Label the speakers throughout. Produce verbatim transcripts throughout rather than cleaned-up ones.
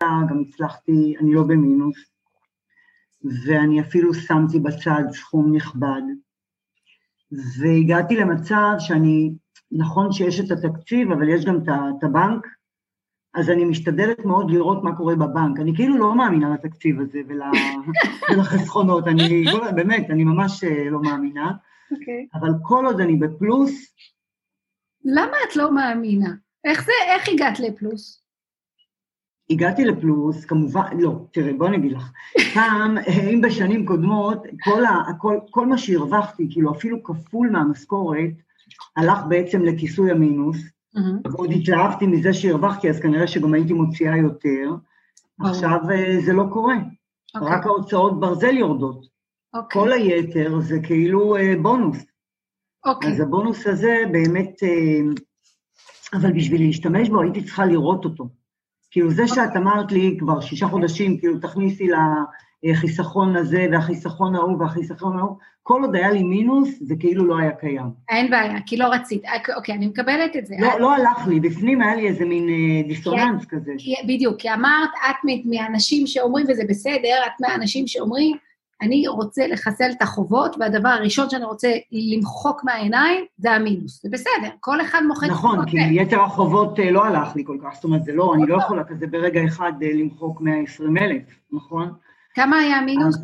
Speaker 1: גם הצלחתי, אני לא במינוס, ואני אפילו שמתי בצד סכום נכבד, והגעתי למצב שאני, נכון שיש את התקציב, אבל יש גם את הבנק, אז אני משתדלת מאוד לראות מה קורה בבנק. אני כאילו לא מאמינה לתקציב הזה ולחסכונות, אני, באמת, אני ממש לא מאמינה, okay. אבל כל עוד אני בפלוס...
Speaker 2: למה את לא מאמינה? איך זה, איך הגעת לפלוס?
Speaker 1: הגעתי לפלוס, כמובן, לא, תראה, בוא נגיד לך, פעם, אם בשנים קודמות, כל, ה, כל, כל מה שהרווחתי, כאילו אפילו כפול מהמשכורת, הלך בעצם לכיסוי המינוס, ועוד התלהבתי מזה שהרווחתי, אז כנראה שגם הייתי מוציאה יותר, עכשיו זה לא קורה, רק ההוצאות ברזל יורדות, כל היתר זה כאילו בונוס, אז הבונוס הזה באמת, אבל בשביל להשתמש בו הייתי צריכה לראות אותו, כאילו זה שאת אמרת לי כבר שישה חודשים, כאילו תכניסי לחיסכון הזה, והחיסכון ההוא, והחיסכון ההוא, כל עוד היה לי מינוס, זה כאילו לא היה קיים.
Speaker 2: אין בעיה, כי לא רצית. אוקיי, אני מקבלת את זה.
Speaker 1: לא, לא הלך לי, בפנים היה לי איזה מין דיסוננס כזה.
Speaker 2: בדיוק, כי אמרת, את מהאנשים שאומרים, וזה בסדר, את מהאנשים שאומרים, אני רוצה לחסל את החובות, והדבר הראשון שאני רוצה למחוק מהעיניים, זה המינוס. זה בסדר, כל אחד מוחק...
Speaker 1: נכון, כי יתר החובות לא הלך לי כל כך, זאת אומרת, זה לא, אני לא יכולה כזה ברגע אחד למחוק מאה ועשרים אלף, נכון?
Speaker 2: כמה היה המינוס?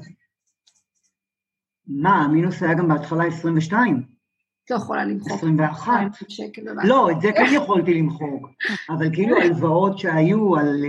Speaker 1: מה, המינוס היה גם בהתחלה עשרים ושתיים.
Speaker 2: לא יכולה למחוק.
Speaker 1: עשרים ואחת. לא, את זה כן יכולתי למחוק, אבל כאילו הלוואות שהיו על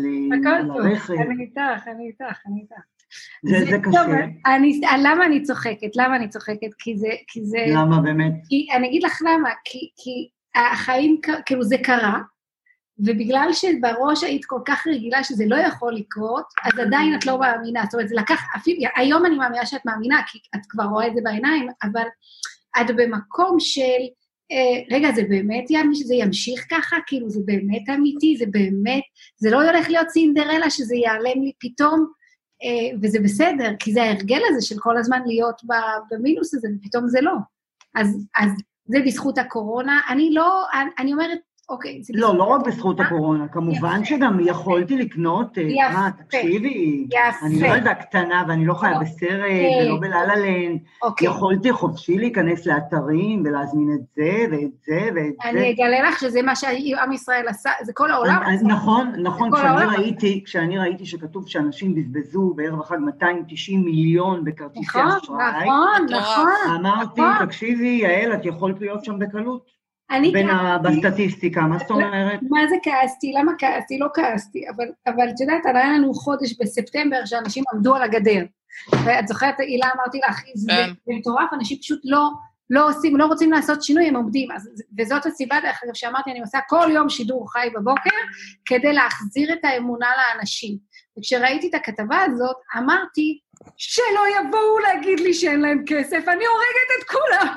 Speaker 1: הרכב.
Speaker 2: אני איתך, אני איתך, אני איתך.
Speaker 1: זה, זה קשה.
Speaker 2: אני, למה אני צוחקת? למה אני צוחקת? כי זה, כי זה...
Speaker 1: למה באמת?
Speaker 2: כי, אני אגיד לך למה, כי, כי החיים, כאילו זה קרה, ובגלל שבראש היית כל כך רגילה שזה לא יכול לקרות, אז עדיין את לא מאמינה. זאת אומרת, זה לקח, אפילו, היום אני מאמינה שאת מאמינה, כי את כבר רואה את זה בעיניים, אבל את במקום של, אה, רגע, זה באמת זה ימשיך ככה? כאילו, זה באמת אמיתי? זה באמת, זה לא הולך להיות סינדרלה שזה ייעלם לי פתאום? וזה בסדר, כי זה ההרגל הזה של כל הזמן להיות במינוס הזה, ופתאום זה לא. אז, אז זה בזכות הקורונה. אני לא, אני אומרת, אוקיי.
Speaker 1: לא, לא רק בזכות הקורונה, כמובן שגם יכולתי לקנות, מה, תקשיבי, אני לא יודעת קטנה, ואני לא חיה בסרט, ולא בלללנד, יכולתי חופשי להיכנס לאתרים, ולהזמין את זה, ואת זה, ואת זה.
Speaker 2: אני אגלה לך שזה מה שעם ישראל עשה, זה כל העולם.
Speaker 1: נכון, נכון, כשאני ראיתי שכתוב שאנשים בזבזו בערב אחד מאתיים ותשעים מיליון בכרטיסי אשראי,
Speaker 2: נכון, נכון.
Speaker 1: אמרתי, תקשיבי, יעל, את יכולת להיות שם בקלות. בין בסטטיסטיקה, מה זאת אומרת?
Speaker 2: מה זה כעסתי? למה כעסתי? לא כעסתי, אבל את יודעת, היה לנו חודש בספטמבר שאנשים עמדו על הגדר, ואת זוכרת, אילה, אמרתי לך, זה מטורף, אנשים פשוט לא עושים, לא רוצים לעשות שינוי, הם עומדים, וזאת הסיבה, דרך אגב, שאמרתי, אני עושה כל יום שידור חי בבוקר, כדי להחזיר את האמונה לאנשים, וכשראיתי את הכתבה הזאת, אמרתי, שלא יבואו להגיד לי שאין להם כסף, אני הורגת את כולם.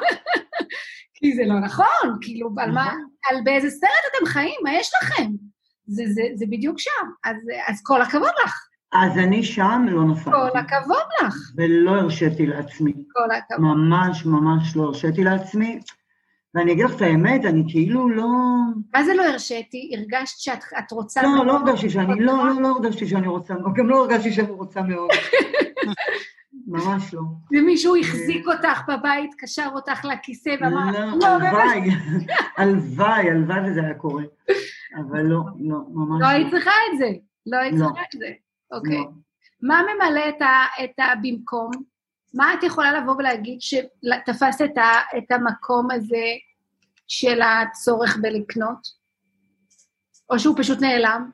Speaker 2: כי זה לא נכון, כאילו, על מה, על באיזה סרט אתם חיים, מה יש לכם? זה, זה, זה בדיוק שם, אז, אז כל הכבוד לך.
Speaker 1: אז אני שם לא נפלתי.
Speaker 2: כל הכבוד לך. ולא
Speaker 1: הרשיתי לעצמי.
Speaker 2: כל הכבוד.
Speaker 1: ממש, ממש לא הרשיתי לעצמי, ואני אגיד לך את האמת, אני כאילו לא...
Speaker 2: מה זה לא הרשיתי? הרגשת שאת את רוצה...
Speaker 1: לא, לא הרגשתי שאני, לא, לא, לא הרגשתי שאני רוצה, גם לא הרגשתי שאני רוצה מאוד. ממש לא.
Speaker 2: ומישהו החזיק אותך בבית, קשר אותך לכיסא, ואמר,
Speaker 1: לא, הלוואי, הלוואי, הלוואי וזה היה קורה. אבל לא, לא, ממש
Speaker 2: לא. לא היית צריכה את זה, לא היית צריכה את זה. אוקיי. מה ממלא את הבמקום? מה את יכולה לבוא ולהגיד שתפס את המקום הזה של הצורך בלקנות? או שהוא פשוט נעלם?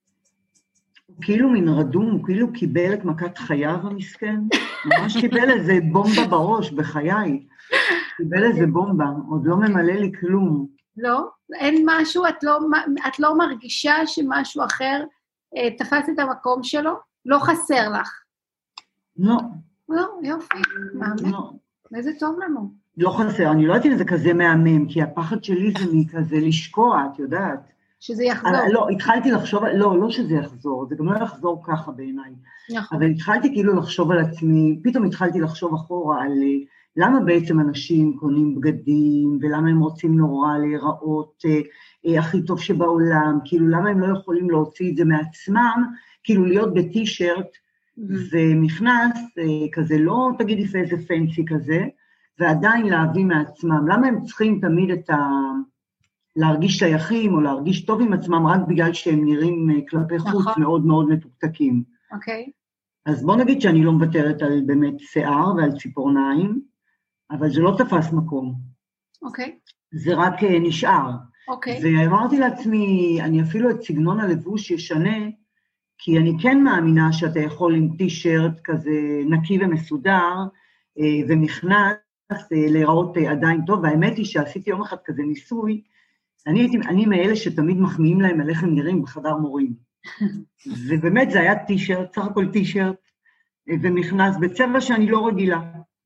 Speaker 1: הוא כאילו מן רדום, הוא כאילו קיבל את מכת חייו המסכן, ממש קיבל איזה בומבה בראש בחיי, קיבל איזה בומבה, עוד לא ממלא לי כלום.
Speaker 2: לא? אין משהו, את לא, את לא מרגישה שמשהו אחר אה, תפס את המקום שלו? לא חסר לך?
Speaker 1: לא.
Speaker 2: לא, יופי, מאמן. לא. איזה טוב לנו.
Speaker 1: לא חסר, אני לא יודעת אם זה כזה מהמם, כי הפחד שלי זה מכזה לשקוע, את יודעת.
Speaker 2: שזה יחזור.
Speaker 1: לא, התחלתי לחשוב, לא, לא שזה יחזור, זה גם לא יחזור ככה בעיניי.
Speaker 2: נכון.
Speaker 1: אבל התחלתי כאילו לחשוב על עצמי, פתאום התחלתי לחשוב אחורה על למה בעצם אנשים קונים בגדים, ולמה הם רוצים נורא להיראות אה, הכי טוב שבעולם, כאילו למה הם לא יכולים להוציא את זה מעצמם, כאילו להיות בטי-שירט ומכנס, כזה לא תגידי איזה פנסי כזה, ועדיין להביא מעצמם. למה הם צריכים תמיד את ה... להרגיש שייכים או להרגיש טוב עם עצמם, רק בגלל שהם נראים כלפי חוץ מאוד מאוד מתוקתקים.
Speaker 2: אוקיי.
Speaker 1: אז בוא נגיד שאני לא מוותרת על באמת שיער ועל ציפורניים, אבל זה לא תפס מקום.
Speaker 2: אוקיי.
Speaker 1: זה רק נשאר.
Speaker 2: אוקיי.
Speaker 1: ואמרתי לעצמי, אני אפילו את סגנון הלבוש ישנה, כי אני כן מאמינה שאתה יכול עם טי-שירט כזה נקי ומסודר, ומכנס להיראות עדיין טוב, והאמת היא שעשיתי יום אחד כזה ניסוי, אני הייתי, אני מאלה שתמיד מחמיאים להם על איך הם נראים בחדר מורים. ובאמת זה היה טי-שירט, סך הכל טי-שירט, ומכנס בצבע שאני לא רגילה.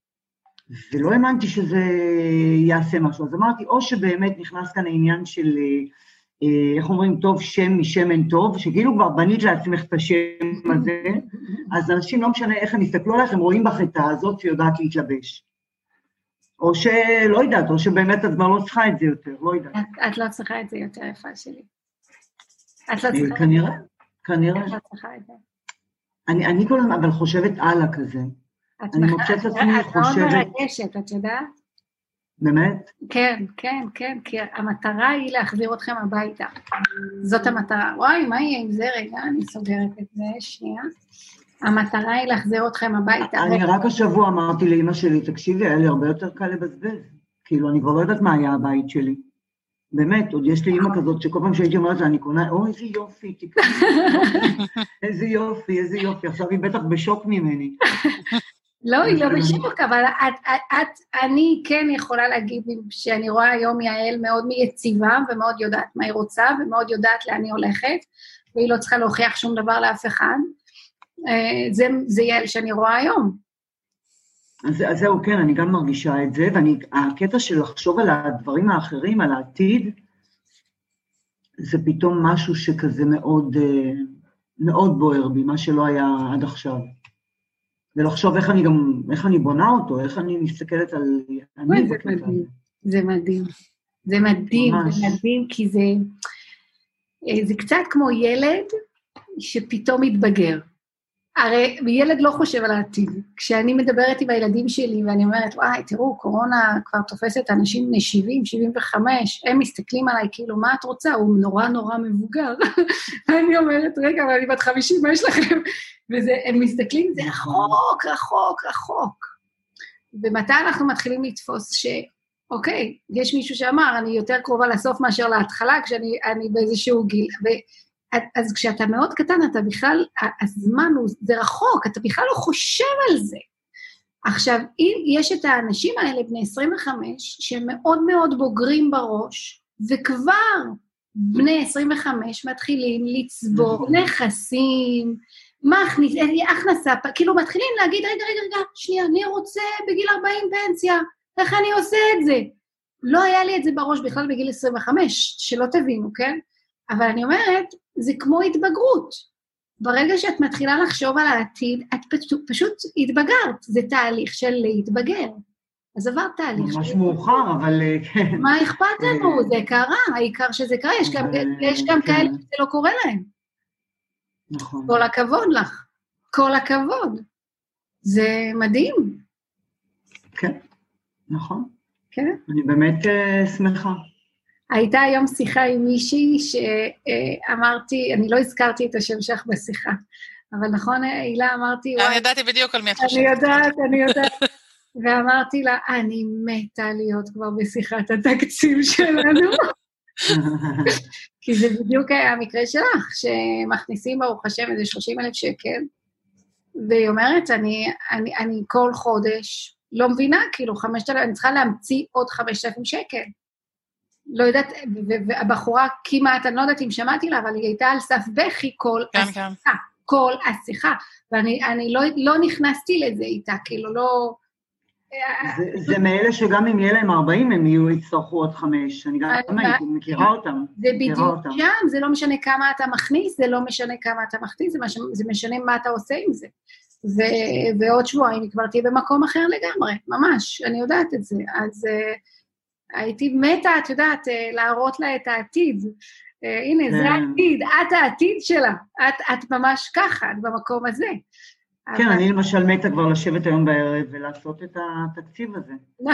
Speaker 1: ולא האמנתי שזה יעשה משהו. אז אמרתי, או שבאמת נכנס כאן העניין של, איך אומרים, טוב שם משמן טוב, שכאילו כבר בנית לעצמך את השם הזה, אז אנשים לא משנה איך הם יסתכלו עליך, הם רואים בך את הזאת שיודעת להתלבש. או שלא יודעת, או שבאמת את כבר לא צריכה את זה יותר, לא יודעת.
Speaker 2: את, את לא צריכה את זה יותר יפה שלי. את לא צריכה
Speaker 1: כנראה, כנראה.
Speaker 2: את לא צריכה את זה.
Speaker 1: אני, אני כל הזמן, אבל חושבת הלאה כזה. אני מוצאת עצמי חושבת...
Speaker 2: את מאוד מרגשת, את יודעת?
Speaker 1: באמת?
Speaker 2: כן, כן, כן, כי המטרה היא להחזיר אתכם הביתה. זאת המטרה. וואי, מה יהיה עם זה? רגע, אני סוגרת את זה, שנייה. המטרה היא להחזיר אתכם הביתה.
Speaker 1: אני רק השבוע אמרתי לאמא שלי, תקשיבי, היה לי הרבה יותר קל לבזבז. כאילו, אני כבר לא יודעת מה היה הבית שלי. באמת, עוד יש לי אמא כזאת, שכל פעם שהייתי אומרת לה, אני קונה, או, איזה יופי, תקרא, איזה יופי, איזה יופי, עכשיו היא בטח בשוק ממני.
Speaker 2: לא, היא לא בשוק, אבל אני כן יכולה להגיד שאני רואה היום יעל מאוד יציבה, ומאוד יודעת מה היא רוצה, ומאוד יודעת לאן היא הולכת, והיא לא צריכה להוכיח שום דבר לאף אחד. זה, זה יעל שאני רואה היום.
Speaker 1: אז, אז זהו, כן, אני גם מרגישה את זה, והקטע של לחשוב על הדברים האחרים, על העתיד, זה פתאום משהו שכזה מאוד, מאוד בוער בי, מה שלא היה עד עכשיו. ולחשוב איך אני גם, איך אני בונה אותו, איך אני מסתכלת על...
Speaker 2: וואי, זה מדהים, זה מדהים. זה מדהים, ממש. זה מדהים, כי זה, זה קצת כמו ילד שפתאום מתבגר. הרי ילד לא חושב על העתיד. כשאני מדברת עם הילדים שלי, ואני אומרת, וואי, תראו, קורונה כבר תופסת אנשים בני שבעים, שבעים וחמש, הם מסתכלים עליי, כאילו, מה את רוצה? הוא נורא נורא מבוגר. אני אומרת, רגע, אבל אני בת חמישים, מה יש לכם? והם מסתכלים, זה רחוק, רחוק, רחוק. ומתי אנחנו מתחילים לתפוס ש, אוקיי, יש מישהו שאמר, אני יותר קרובה לסוף מאשר להתחלה, כשאני באיזשהו גיל, ו... אז כשאתה מאוד קטן, אתה בכלל, הזמן הוא, זה רחוק, אתה בכלל לא חושב על זה. עכשיו, יש את האנשים האלה, בני עשרים וחמש, שהם מאוד מאוד בוגרים בראש, וכבר בני עשרים וחמש מתחילים לצבור נכסים, מכניס, הכנסה, כאילו מתחילים להגיד, רגע, רגע, רגע, שנייה, אני רוצה בגיל ארבעים פנסיה, איך אני עושה את זה? לא היה לי את זה בראש בכלל בגיל עשרים וחמש, שלא תבינו, כן? אבל אני אומרת, זה כמו התבגרות. ברגע שאת מתחילה לחשוב על העתיד, את פשוט, פשוט התבגרת. זה תהליך של להתבגר. אז עבר תהליך.
Speaker 1: ממש מאוחר, אבל כן.
Speaker 2: מה אכפת לנו? זה קרה, העיקר שזה קרה. יש גם, יש גם כאלה שזה לא קורה להם.
Speaker 1: נכון.
Speaker 2: כל הכבוד לך. כל הכבוד. זה מדהים.
Speaker 1: כן, נכון.
Speaker 2: כן.
Speaker 1: אני באמת שמחה.
Speaker 2: הייתה היום שיחה עם מישהי שאמרתי, אני לא הזכרתי את השם שלך בשיחה, אבל נכון, הילה, אמרתי...
Speaker 3: אני ידעתי בדיוק על מי את חושבת.
Speaker 2: אני יודעת, אני יודעת. ואמרתי לה, אני מתה להיות כבר בשיחת התקציב שלנו. כי זה בדיוק היה המקרה שלך, שמכניסים ברוך השם איזה שלושים אלף שקל, והיא אומרת, אני, אני, אני כל חודש לא מבינה, כאילו חמשת אלפים, אני צריכה להמציא עוד חמשת אלפים שקל. לא יודעת, והבחורה כמעט, אני לא יודעת אם שמעתי לה, אבל היא הייתה על סף בכי כל
Speaker 3: כן,
Speaker 2: השיחה,
Speaker 3: כן.
Speaker 2: כל השיחה, ואני אני לא, לא נכנסתי לזה איתה, כאילו לא...
Speaker 1: זה, זה מאלה שגם אם יהיה להם ארבעים, הם יהיו, יצטרכו עוד חמש, אני גם אני מכירה אותם.
Speaker 2: זה בדיוק שם, זה לא משנה כמה אתה מכניס, זה לא משנה כמה אתה מכניס, זה, מש, זה משנה מה אתה עושה עם זה. ו, ועוד שבועיים היא כבר תהיה במקום אחר לגמרי, ממש, אני יודעת את זה, אז... הייתי מתה, את יודעת, להראות לה את העתיד, הנה, זה העתיד, את העתיד שלה, את ממש ככה, את במקום הזה.
Speaker 1: כן, אני למשל מתה כבר לשבת היום בערב ולעשות את התקציב הזה.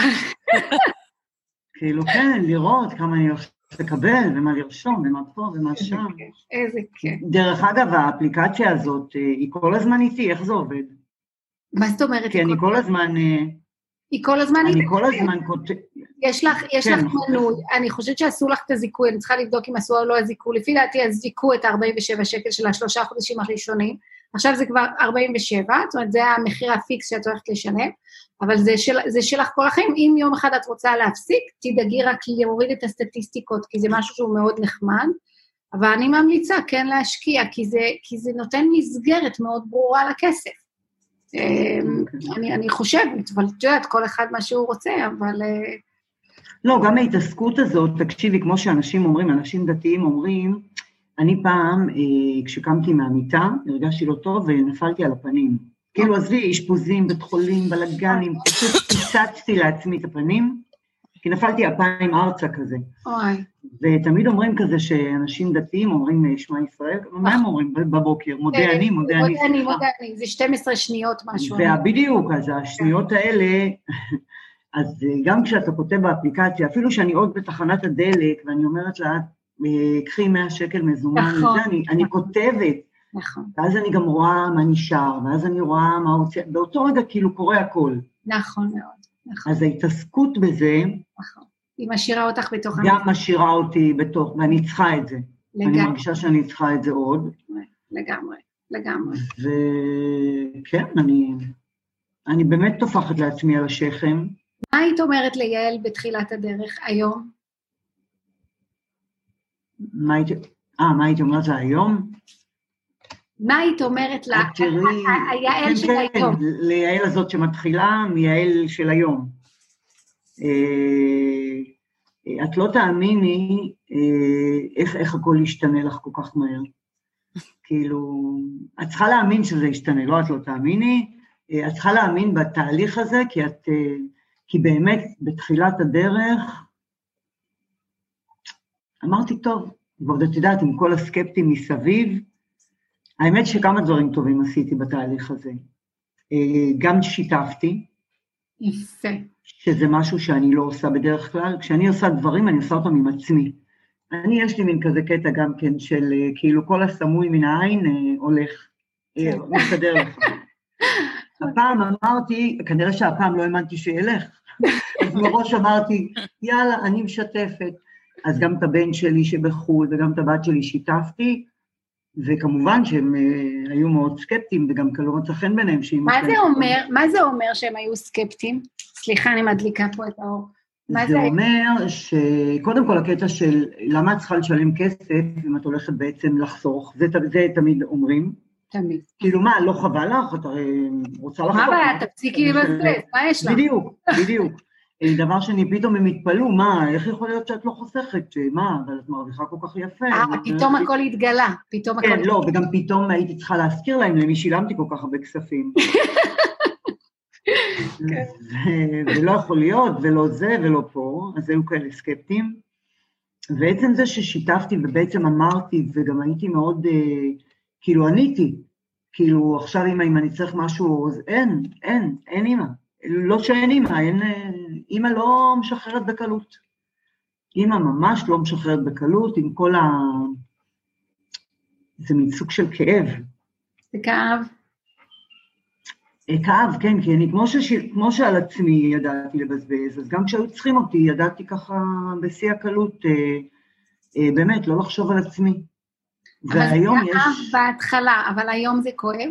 Speaker 1: כאילו, כן, לראות כמה אני הולכת לקבל, ומה לרשום, ומה פה, ומה שם.
Speaker 2: איזה כן.
Speaker 1: דרך אגב, האפליקציה הזאת, היא כל הזמן איתי, איך זה עובד?
Speaker 2: מה זאת אומרת?
Speaker 1: כי אני כל הזמן...
Speaker 2: היא כל הזמן איתי.
Speaker 1: אני כל הזמן כותב...
Speaker 2: יש לך, יש לך מנוי, אני חושבת שעשו לך את הזיכוי, אני צריכה לבדוק אם עשו או לא הזיכו, לפי דעתי אז זיכו את ה-ארבעים ושבע שקל של השלושה חודשים הראשונים, עכשיו זה כבר ארבעים ושבע, זאת אומרת, זה המחיר הפיקס שאת הולכת לשלם, אבל זה, של, זה שלך כל החיים, אם יום אחד את רוצה להפסיק, תדאגי רק להוריד את הסטטיסטיקות, כי זה משהו שהוא מאוד נחמד, אבל אני ממליצה כן להשקיע, כי זה, כי זה נותן מסגרת מאוד ברורה לכסף. אני, אני חושבת, אבל את יודעת, כל אחד מה שהוא רוצה, אבל...
Speaker 1: לא, גם ההתעסקות הזאת, תקשיבי, כמו שאנשים אומרים, אנשים דתיים אומרים, אני פעם, כשקמתי מהמיטה, הרגשתי לא טוב ונפלתי על הפנים. כאילו, עזבי, אשפוזים, בית חולים, בלגנים, פשוט פיצצתי לעצמי את הפנים, כי נפלתי הפעמים ארצה כזה.
Speaker 2: אוי.
Speaker 1: ותמיד אומרים כזה שאנשים דתיים אומרים שמע ישראל, מה הם אומרים בבוקר? מודה אני, מודה אני,
Speaker 2: סליחה. מודה אני, זה שתים עשרה שניות משהו.
Speaker 1: ובדיוק, אז השניות האלה, אז גם כשאתה כותב באפליקציה, אפילו שאני עוד בתחנת הדלק, ואני אומרת לה, קחי מאה שקל מזומן, אני כותבת, ואז אני גם רואה מה נשאר, ואז אני רואה מה הוציא, באותו רגע כאילו קורה הכל.
Speaker 2: נכון מאוד.
Speaker 1: אז ההתעסקות בזה,
Speaker 2: נכון. היא משאירה אותך בתוך...
Speaker 1: גם משאירה אותי בתוך, ואני צריכה את זה. לגמרי. אני מרגישה שאני צריכה את זה עוד.
Speaker 2: לגמרי, לגמרי.
Speaker 1: וכן, אני, אני באמת תופחת לעצמי על השכם.
Speaker 2: מה היית אומרת ליעל בתחילת הדרך היום?
Speaker 1: מה הייתי, אה, מה הייתי אומרת לה היום?
Speaker 2: מה היית אומרת לה? היעל של היום.
Speaker 1: ליעל הזאת שמתחילה מיעל של היום. את לא תאמיני איך, איך הכל ישתנה לך כל כך מהר. כאילו, את צריכה להאמין שזה ישתנה, לא את לא תאמיני, את צריכה להאמין בתהליך הזה, כי את, כי באמת בתחילת הדרך, אמרתי טוב, ועוד את יודעת, עם כל הסקפטים מסביב, האמת שכמה דברים טובים עשיתי בתהליך הזה. גם שיתפתי,
Speaker 2: יפה.
Speaker 1: שזה משהו שאני לא עושה בדרך כלל, כשאני עושה דברים, אני עושה אותם עם עצמי. אני, יש לי מין כזה קטע גם כן, של כאילו כל הסמוי מן העין אה, הולך, אה, מסתדר לך. הפעם אמרתי, כנראה שהפעם לא האמנתי שילך, אז מראש אמרתי, יאללה, אני משתפת. אז גם את הבן שלי שבחול, וגם את הבת שלי שיתפתי, וכמובן שהם אה, היו מאוד סקפטיים, וגם לא מצא חן ביניהם.
Speaker 2: מה זה אומר, מה זה אומר שהם היו סקפטיים? סליחה, אני מדליקה פה את האור.
Speaker 1: זה, זה אומר שקודם כל הקטע של למה את צריכה לשלם כסף, אם את הולכת בעצם לחסוך, זה, זה תמיד אומרים.
Speaker 2: תמיד.
Speaker 1: כאילו מה, לא חבל לך, את הרי רוצה לחסוך.
Speaker 2: מה בעיה, תפסיקי לבזבז, מה יש לך?
Speaker 1: בדיוק, בדיוק. דבר שני, פתאום הם התפלאו, מה, איך יכול להיות שאת לא חוסכת, מה, אבל את מרוויחה כל כך יפה.
Speaker 2: אה, פתאום הכל התגלה, פתאום הכל...
Speaker 1: כן, לא, וגם פתאום הייתי צריכה להזכיר להם, למי שילמתי כל כך הרבה כספים. ולא יכול להיות, ולא זה, ולא פה, אז היו כאלה סקפטיים. ועצם זה ששיתפתי, ובעצם אמרתי, וגם הייתי מאוד, כאילו, עניתי, כאילו, עכשיו אמא, אם אני צריך משהו, אז אין, אין, אין אמא. לא שאין אמא, אין, אמא לא משחררת בקלות. אמא ממש לא משחררת בקלות, עם כל ה... זה מין סוג של כאב.
Speaker 2: זה כאב.
Speaker 1: כאב, כן, כי אני, כמו, שש... כמו שעל עצמי ידעתי לבזבז, אז גם כשהיו צריכים אותי, ידעתי ככה בשיא הקלות, אה, אה, באמת, לא לחשוב על עצמי.
Speaker 2: אבל זה כאב יש... בהתחלה, אבל היום זה כואב?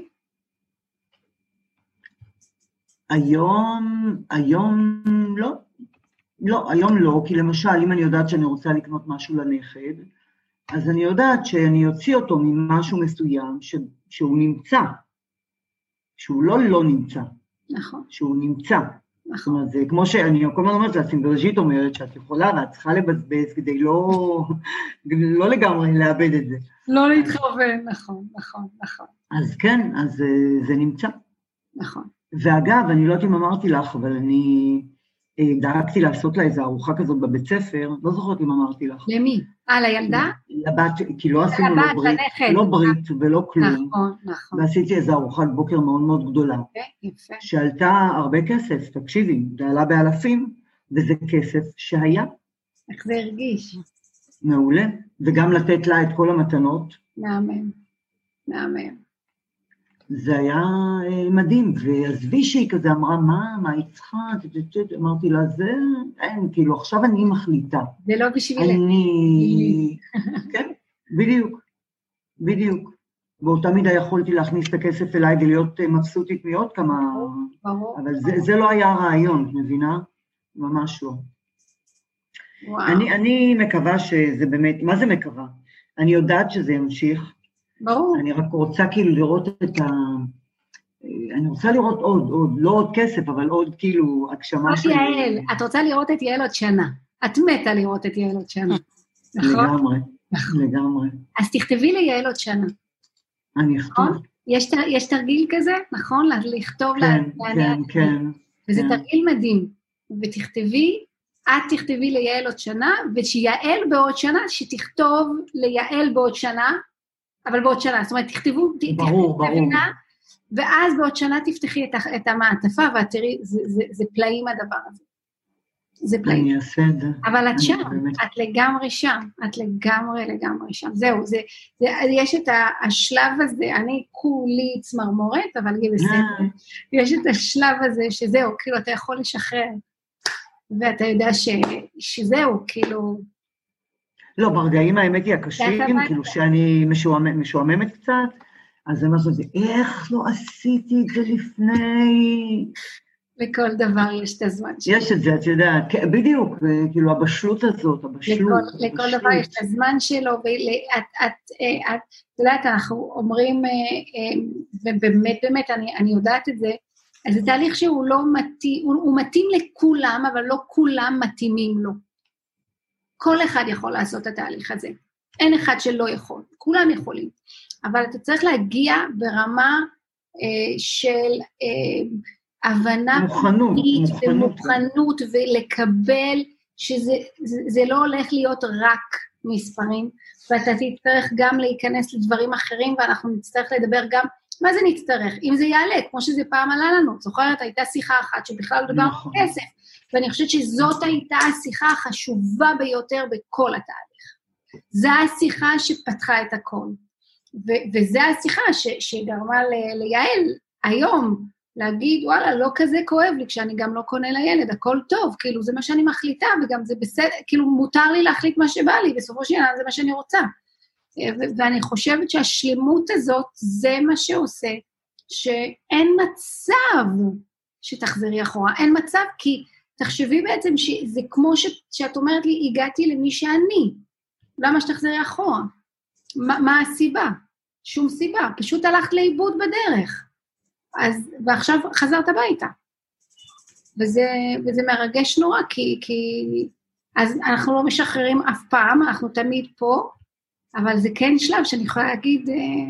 Speaker 1: היום, היום לא, לא, היום לא, כי למשל, אם אני יודעת שאני רוצה לקנות משהו לנכד, אז אני יודעת שאני אוציא אותו ממשהו מסוים ש, שהוא נמצא, שהוא לא לא נמצא,
Speaker 2: נכון.
Speaker 1: שהוא נמצא.
Speaker 2: נכון.
Speaker 1: זאת אומרת, זה כמו שאני כל הזמן אומרת, הסינדרג'ית אומרת שאת יכולה ואת צריכה לבזבז כדי לא, לא לגמרי לאבד את זה.
Speaker 2: לא להתכוון, נכון, נכון, נכון.
Speaker 1: אז כן, אז זה, זה נמצא.
Speaker 2: נכון.
Speaker 1: ואגב, אני לא יודעת אם אמרתי לך, אבל אני דאגתי לעשות לה איזו ארוחה כזאת בבית ספר, לא זוכרת אם אמרתי לך.
Speaker 2: למי? אה, לילדה?
Speaker 1: לבת, כי לא עשינו לא ברית, לא ברית ולא כלום.
Speaker 2: נכון, נכון.
Speaker 1: ועשיתי איזו ארוחת בוקר מאוד מאוד גדולה.
Speaker 2: יפה.
Speaker 1: שעלתה הרבה כסף, תקשיבי, זה עלה באלפים, וזה כסף שהיה.
Speaker 2: איך זה הרגיש?
Speaker 1: מעולה, וגם לתת לה את כל המתנות.
Speaker 2: מאמן, מאמן.
Speaker 1: זה היה מדהים, ועזבי שהיא כזה אמרה, מה, מה היא צריכה? אמרתי לה, זה, אין, כאילו, עכשיו אני מחליטה.
Speaker 2: זה לא בשבילי.
Speaker 1: אני, כן, בדיוק, בדיוק. באותה מידה יכולתי להכניס את הכסף אליי ולהיות מבסוטית מעוד כמה,
Speaker 2: ברור.
Speaker 1: אבל זה, זה לא היה הרעיון, מבינה? ממש לא.
Speaker 2: וואו.
Speaker 1: אני, אני מקווה שזה באמת, מה זה מקווה? אני יודעת שזה ימשיך.
Speaker 2: ברור.
Speaker 1: אני רק רוצה כאילו לראות את ה... אני רוצה לראות עוד, עוד, לא עוד כסף, אבל עוד כאילו הגשמה
Speaker 2: של... יעל, את רוצה לראות את יעל עוד שנה. את מתה לראות את יעל עוד שנה. נכון?
Speaker 1: לגמרי, לגמרי.
Speaker 2: אז תכתבי ליעל עוד שנה.
Speaker 1: אני אכתוב.
Speaker 2: יש, יש תרגיל כזה, נכון? לכתוב
Speaker 1: כן,
Speaker 2: לה...
Speaker 1: כן, כן.
Speaker 2: וזה
Speaker 1: כן.
Speaker 2: תרגיל מדהים. ותכתבי, את תכתבי ליעל עוד שנה, ושיעל בעוד שנה, שתכתוב ליעל בעוד שנה, אבל בעוד שנה, זאת אומרת, תכתבו,
Speaker 1: ברור, ברור.
Speaker 2: תבינה, ואז בעוד שנה תפתחי את, את המעטפה, ואת תראי, זה, זה, זה פלאים הדבר הזה. זה פלאים.
Speaker 1: אני אעשה את זה.
Speaker 2: אבל את שם, באמת... את לגמרי שם, את לגמרי לגמרי שם. זהו, זה, זה, יש את השלב הזה, אני כולי צמרמורת, אבל יהיה בסדר. יש את השלב הזה, שזהו, כאילו, אתה יכול לשחרר, ואתה יודע ש, שזהו, כאילו...
Speaker 1: לא, ברגעים האמת היא הקשים, כאילו שאני משועממת, משועממת קצת, אז זה מה זה, איך לא עשיתי את זה לפני?
Speaker 2: לכל דבר יש את הזמן שלו.
Speaker 1: יש את זה, את יודעת, בדיוק, כאילו הבשלות הזאת, הבשלות.
Speaker 2: לכל, לכל דבר יש את הזמן שלו, ואת, את, את, את יודעת, אנחנו אומרים, ובאמת, באמת, אני, אני יודעת את זה, אז זה תהליך שהוא לא מתאים, הוא, הוא מתאים לכולם, אבל לא כולם מתאימים לו. כל אחד יכול לעשות את התהליך הזה. אין אחד שלא יכול, כולם יכולים. אבל אתה צריך להגיע ברמה אה, של אה, הבנה
Speaker 1: מוכנות,
Speaker 2: פנימית
Speaker 1: מוכנות.
Speaker 2: ומוכנות, ולקבל שזה זה, זה לא הולך להיות רק מספרים, ואתה תצטרך גם להיכנס לדברים אחרים, ואנחנו נצטרך לדבר גם, מה זה נצטרך? אם זה יעלה, כמו שזה פעם עלה לנו, זוכרת, הייתה שיחה אחת שבכלל דבר
Speaker 1: נכון.
Speaker 2: כסף, ואני חושבת שזאת הייתה השיחה החשובה ביותר בכל התהליך. זו השיחה שפתחה את הכל. ו- וזו השיחה ש- שגרמה ל- ליעל היום, להגיד, וואלה, לא כזה כואב לי, כשאני גם לא קונה לילד, הכל טוב, כאילו זה מה שאני מחליטה, וגם זה בסדר, כאילו מותר לי להחליט מה שבא לי, בסופו של דבר זה מה שאני רוצה. ו- ואני חושבת שהשלמות הזאת, זה מה שעושה, שאין מצב שתחזרי אחורה, אין מצב, כי תחשבי בעצם שזה כמו ש- שאת אומרת לי, הגעתי למי שאני, למה שתחזרי אחורה? מה, מה הסיבה? שום סיבה, פשוט הלכת לאיבוד בדרך. אז, ועכשיו חזרת הביתה. וזה, וזה מרגש נורא, כי, כי, אז אנחנו לא משחררים אף פעם, אנחנו תמיד פה, אבל זה כן שלב שאני יכולה להגיד,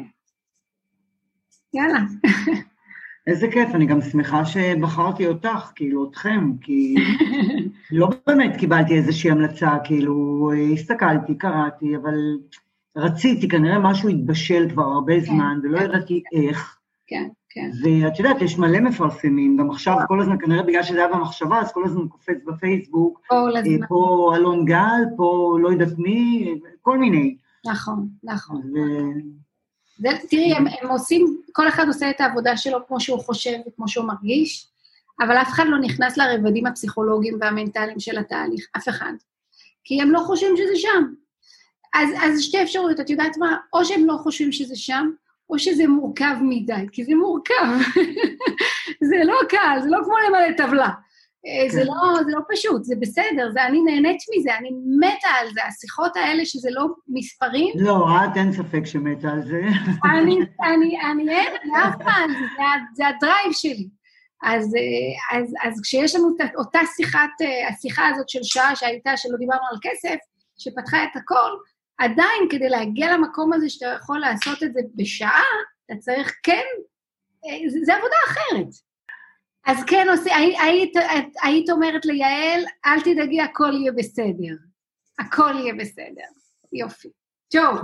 Speaker 2: יאללה.
Speaker 1: איזה כיף, אני גם שמחה שבחרתי אותך, כאילו, אתכם, כי לא באמת קיבלתי איזושהי המלצה, כאילו, הסתכלתי, קראתי, אבל רציתי, כנראה משהו התבשל כבר הרבה זמן, ולא ידעתי איך.
Speaker 2: כן, כן.
Speaker 1: ואת יודעת, יש מלא מפרסמים, גם עכשיו, כל הזמן, כנראה בגלל שזה היה במחשבה, אז כל הזמן קופץ בפייסבוק, פה אלון גל, פה לא יודעת מי, כל מיני.
Speaker 2: נכון, נכון. זה, תראי, הם, הם עושים, כל אחד עושה את העבודה שלו כמו שהוא חושב וכמו שהוא מרגיש, אבל אף אחד לא נכנס לרבדים הפסיכולוגיים והמנטליים של התהליך, אף אחד. כי הם לא חושבים שזה שם. אז, אז שתי אפשרויות, את יודעת מה? או שהם לא חושבים שזה שם, או שזה מורכב מדי, כי זה מורכב. זה לא קל, זה לא כמו למלא טבלה. זה לא, זה לא פשוט, זה בסדר, זה, אני נהנית מזה, אני מתה על זה, השיחות האלה שזה לא מספרים.
Speaker 1: לא, את אין ספק שמתה על זה.
Speaker 2: אני, אני, אני אין, אף פעם, זה, זה הדרייב שלי. אז, אז, אז כשיש לנו אותה שיחת, השיחה הזאת של שעה שהייתה, שלא דיברנו על כסף, שפתחה את הכל, עדיין כדי להגיע למקום הזה שאתה יכול לעשות את זה בשעה, אתה צריך כן, זה, זה עבודה אחרת. אז כן, היית, היית אומרת ליעל, אל תדאגי, הכל יהיה בסדר. הכל יהיה בסדר. יופי. טוב,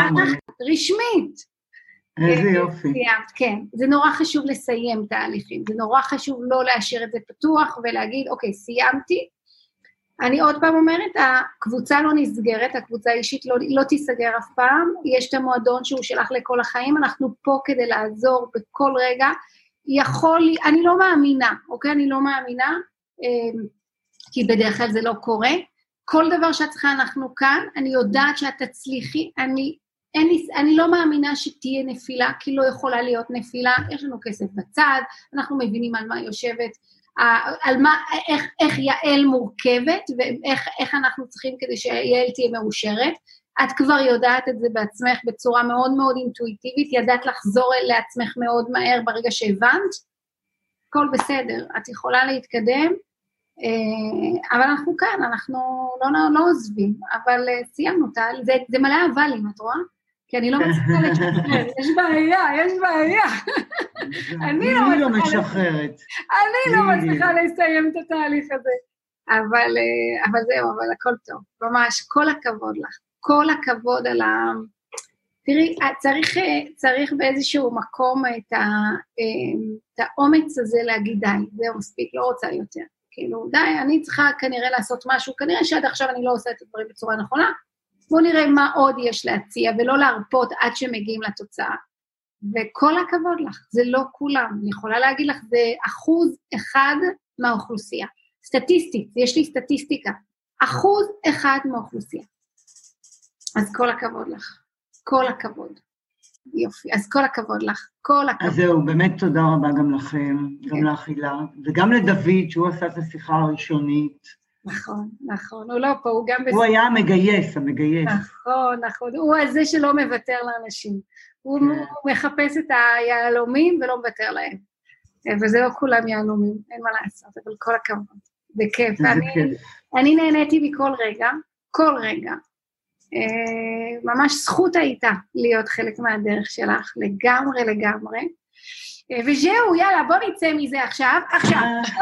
Speaker 2: רשמית.
Speaker 1: איזה יופי.
Speaker 2: סיימת, כן. זה נורא חשוב לסיים תהליכים, זה נורא חשוב לא להשאיר את זה פתוח ולהגיד, אוקיי, סיימתי. אני עוד פעם אומרת, הקבוצה לא נסגרת, הקבוצה האישית לא, לא תיסגר אף פעם, יש את המועדון שהוא שלח לכל החיים, אנחנו פה כדי לעזור בכל רגע, יכול, אני לא מאמינה, אוקיי? אני לא מאמינה, כי בדרך כלל זה לא קורה, כל דבר שאת צריכה אנחנו כאן, אני יודעת שאת תצליחי, אני, אני, אני לא מאמינה שתהיה נפילה, כי לא יכולה להיות נפילה, יש לנו כסף בצד, אנחנו מבינים על מה יושבת, על מה, איך, איך יעל מורכבת, ואיך איך אנחנו צריכים כדי שיעל תהיה מאושרת, את כבר יודעת את זה בעצמך בצורה מאוד מאוד אינטואיטיבית, ידעת לחזור לעצמך מאוד מהר ברגע שהבנת, הכל בסדר, את יכולה להתקדם, אבל אנחנו כאן, אנחנו לא, לא, לא עוזבים, אבל סיימנו, זה, זה מלא אבלים, את רואה? כי אני לא מצליחה לשחרר, יש בעיה, יש בעיה.
Speaker 1: אני לא משחררת.
Speaker 2: אני לא מצליחה לסיים את התהליך הזה. אבל זהו, אבל הכל טוב. ממש, כל הכבוד לך. כל הכבוד על ה... תראי, צריך באיזשהו מקום את האומץ הזה להגיד די, זהו מספיק, לא רוצה יותר. כאילו, די, אני צריכה כנראה לעשות משהו, כנראה שעד עכשיו אני לא עושה את הדברים בצורה נכונה, בואו נראה מה עוד יש להציע, ולא להרפות עד שמגיעים לתוצאה. וכל הכבוד לך, זה לא כולם. אני יכולה להגיד לך, זה אחוז אחד מהאוכלוסייה. סטטיסטית, יש לי סטטיסטיקה. אחוז אחד מהאוכלוסייה. אז כל הכבוד לך. כל הכבוד. יופי, אז כל הכבוד לך. כל הכבוד.
Speaker 1: אז זהו, באמת תודה רבה גם לכם, גם לך הילה, וגם לדוד, שהוא עשה את השיחה הראשונית.
Speaker 2: נכון, נכון, הוא לא פה, הוא גם...
Speaker 1: הוא היה המגייס, המגייס.
Speaker 2: נכון, נכון, הוא הזה שלא מוותר לאנשים. הוא מחפש את היעלומים ולא מוותר להם. וזה לא כולם יעלומים, אין מה לעשות, אבל כל הכבוד. זה כיף. אני נהניתי מכל רגע, כל רגע. ממש זכות הייתה להיות חלק מהדרך שלך, לגמרי, לגמרי. וזהו, יאללה, בוא נצא מזה עכשיו, עכשיו.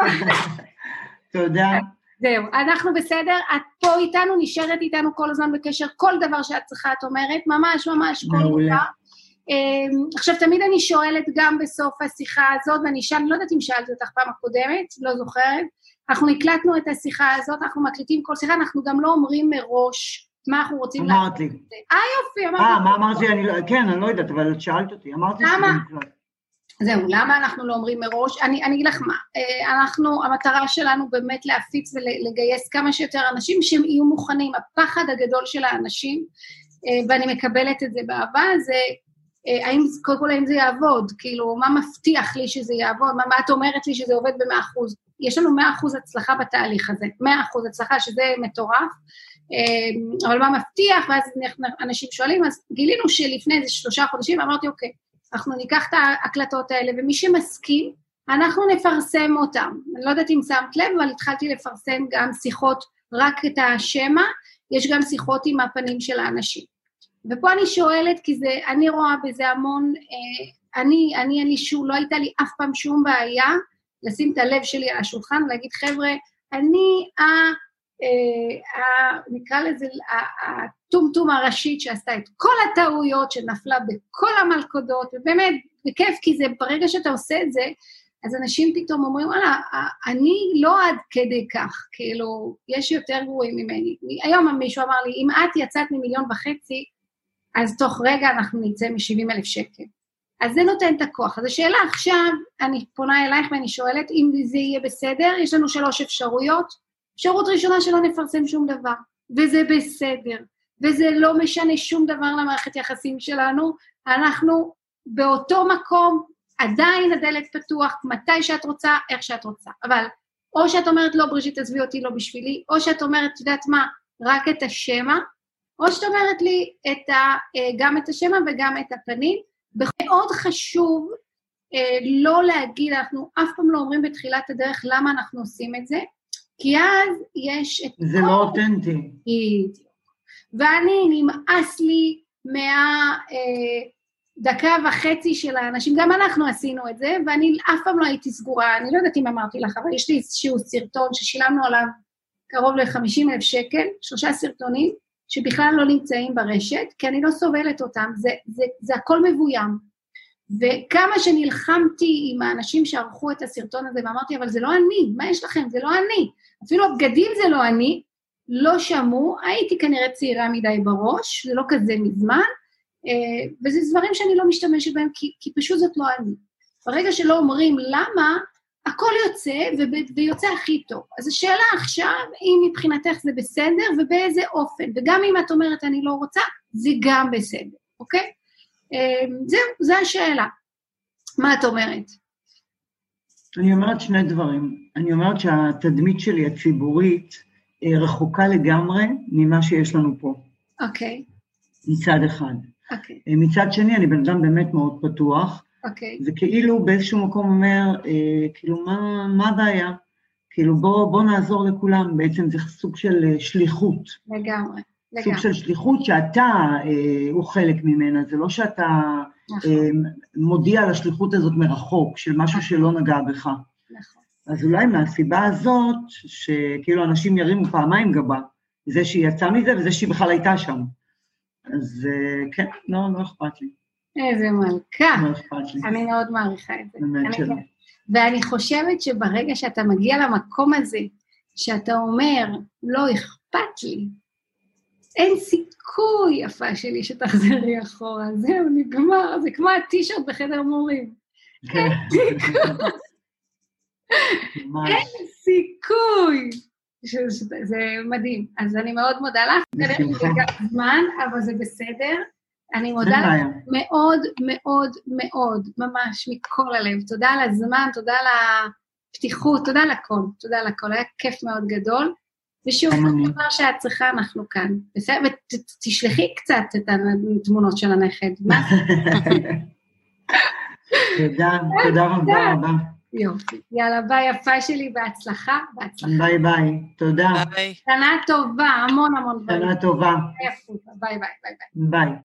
Speaker 1: תודה.
Speaker 2: זהו, אנחנו בסדר, את פה איתנו, נשארת איתנו כל הזמן בקשר, כל דבר שאת צריכה, את אומרת, ממש ממש כל דבר. עכשיו, תמיד אני שואלת גם בסוף השיחה הזאת, ואני שאל, לא יודעת אם שאלתי אותך פעם הקודמת, לא זוכרת, אנחנו הקלטנו את השיחה הזאת, אנחנו מקליטים כל שיחה, אנחנו גם לא אומרים מראש מה אנחנו רוצים לעשות.
Speaker 1: אמרת לי.
Speaker 2: אה, יופי, אמרתי.
Speaker 1: אה, מה אמרתי? כן, אני לא יודעת, אבל את שאלת אותי, אמרתי שזה מקלט.
Speaker 2: זהו, למה אנחנו לא אומרים מראש? אני, אני אגיד לך מה, אנחנו, המטרה שלנו באמת להפיץ ולגייס כמה שיותר אנשים שהם יהיו מוכנים, הפחד הגדול של האנשים, ואני מקבלת את זה באהבה, זה, האם, קודם כל, האם זה יעבוד? כאילו, מה מבטיח לי שזה יעבוד? מה, מה את אומרת לי שזה עובד ב-מאה אחוז? יש לנו מאה אחוז הצלחה בתהליך הזה, מאה אחוז הצלחה, שזה מטורף, אבל מה מבטיח? ואז אנשים שואלים, אז גילינו שלפני איזה שלושה חודשים, אמרתי, אוקיי, אנחנו ניקח את ההקלטות האלה, ומי שמסכים, אנחנו נפרסם אותם. אני לא יודעת אם שמת לב, אבל התחלתי לפרסם גם שיחות רק את השמה, יש גם שיחות עם הפנים של האנשים. ופה אני שואלת, כי זה, אני רואה בזה המון, אה, אני, אני, אני שוב, לא הייתה לי אף פעם שום בעיה, לשים את הלב שלי על השולחן, ולהגיד, חבר'ה, אני, ה, אה, ה, נקרא לזה, הטומטום הראשית שעשתה את כל הטעויות, שנפלה בכל המלכודות, ובאמת, בכיף, כי זה, ברגע שאתה עושה את זה, אז אנשים פתאום אומרים, וואלה, אני לא עד כדי כך, כאילו, יש יותר גרועים ממני. היום מישהו אמר לי, אם את יצאת ממיליון וחצי, אז תוך רגע אנחנו נצא מ-שבעים אלף שקל. אז זה נותן את הכוח. אז השאלה עכשיו, אני פונה אלייך ואני שואלת, אם זה יהיה בסדר, יש לנו שלוש אפשרויות. אפשרות ראשונה שלא נפרסם שום דבר, וזה בסדר, וזה לא משנה שום דבר למערכת יחסים שלנו, אנחנו באותו מקום, עדיין הדלת פתוח, מתי שאת רוצה, איך שאת רוצה. אבל או שאת אומרת, לא, בריז'יט, תעזבי אותי, לא בשבילי, או שאת אומרת, יודעת מה, רק את השמה, או שאת אומרת לי את ה, גם את השמה וגם את הפנים. מאוד חשוב לא להגיד, אנחנו אף פעם לא אומרים בתחילת הדרך למה אנחנו עושים את זה, כי אז יש את...
Speaker 1: זה לא אותנטי.
Speaker 2: ואני נמאס לי מה... דקה וחצי של האנשים, גם אנחנו עשינו את זה, ואני אף פעם לא הייתי סגורה, אני לא יודעת אם אמרתי לך, אבל יש לי איזשהו סרטון ששילמנו עליו קרוב ל-חמישים אלף שקל, שלושה סרטונים, שבכלל לא נמצאים ברשת, כי אני לא סובלת אותם, זה, זה, זה הכל מבוים. וכמה שנלחמתי עם האנשים שערכו את הסרטון הזה, ואמרתי, אבל זה לא אני, מה יש לכם? זה לא אני. אפילו הבגדים זה לא אני, לא שמעו, הייתי כנראה צעירה מדי בראש, זה לא כזה מזמן, וזה דברים שאני לא משתמשת בהם, כי, כי פשוט זאת לא אני. ברגע שלא אומרים למה, הכל יוצא, ויוצא הכי טוב. אז השאלה עכשיו, אם מבחינתך זה בסדר, ובאיזה אופן, וגם אם את אומרת אני לא רוצה, זה גם בסדר, אוקיי? זהו, זו השאלה. מה את אומרת?
Speaker 1: אני אומרת שני דברים. אני אומרת שהתדמית שלי הציבורית רחוקה לגמרי ממה שיש לנו פה.
Speaker 2: אוקיי.
Speaker 1: מצד אחד.
Speaker 2: אוקיי.
Speaker 1: מצד שני, אני בן אדם באמת מאוד פתוח.
Speaker 2: אוקיי.
Speaker 1: זה כאילו באיזשהו מקום אומר, אה, כאילו, מה, מה הבעיה? כאילו, בוא, בוא נעזור לכולם. בעצם זה סוג של שליחות.
Speaker 2: לגמרי.
Speaker 1: סוג של שליחות שאתה אה, הוא חלק ממנה, זה לא שאתה
Speaker 2: נכון.
Speaker 1: אה, מודיע על השליחות הזאת מרחוק, של משהו
Speaker 2: נכון.
Speaker 1: שלא נגע בך.
Speaker 2: נכון.
Speaker 1: אז אולי מהסיבה הזאת, שכאילו אנשים ירימו פעמיים גבה, זה שהיא יצאה מזה וזה שהיא בכלל הייתה שם. אז אה, כן, לא, לא אכפת לי.
Speaker 2: איזה מלכה.
Speaker 1: לא אכפת לי.
Speaker 2: אני מאוד מעריכה את זה.
Speaker 1: באמת שלא.
Speaker 2: ואני חושבת שברגע שאתה מגיע למקום הזה, שאתה אומר, לא אכפת לי, אין סיכוי יפה שלי שתחזרי אחורה, זהו, נגמר, זה כמו הטישרט בחדר מורים. אין סיכוי. אין סיכוי. זה מדהים. אז אני מאוד מודה לך. זה גם זמן, אבל זה בסדר. אני מודה לך מאוד מאוד מאוד, ממש מכל הלב. תודה על הזמן, תודה על הפתיחות, תודה על הכל, תודה על הכל. היה כיף מאוד גדול. ושוב, כל דבר שאת צריכה, אנחנו כאן. בסדר? ותשלחי קצת את התמונות של הנכד.
Speaker 1: תודה, תודה רבה רבה.
Speaker 2: יופי. יאללה, ביי, יפה שלי, בהצלחה, בהצלחה.
Speaker 1: ביי ביי, תודה.
Speaker 2: שנה טובה, המון המון דברים.
Speaker 1: שנה טובה.
Speaker 2: ביי ביי, ביי ביי.
Speaker 1: ביי.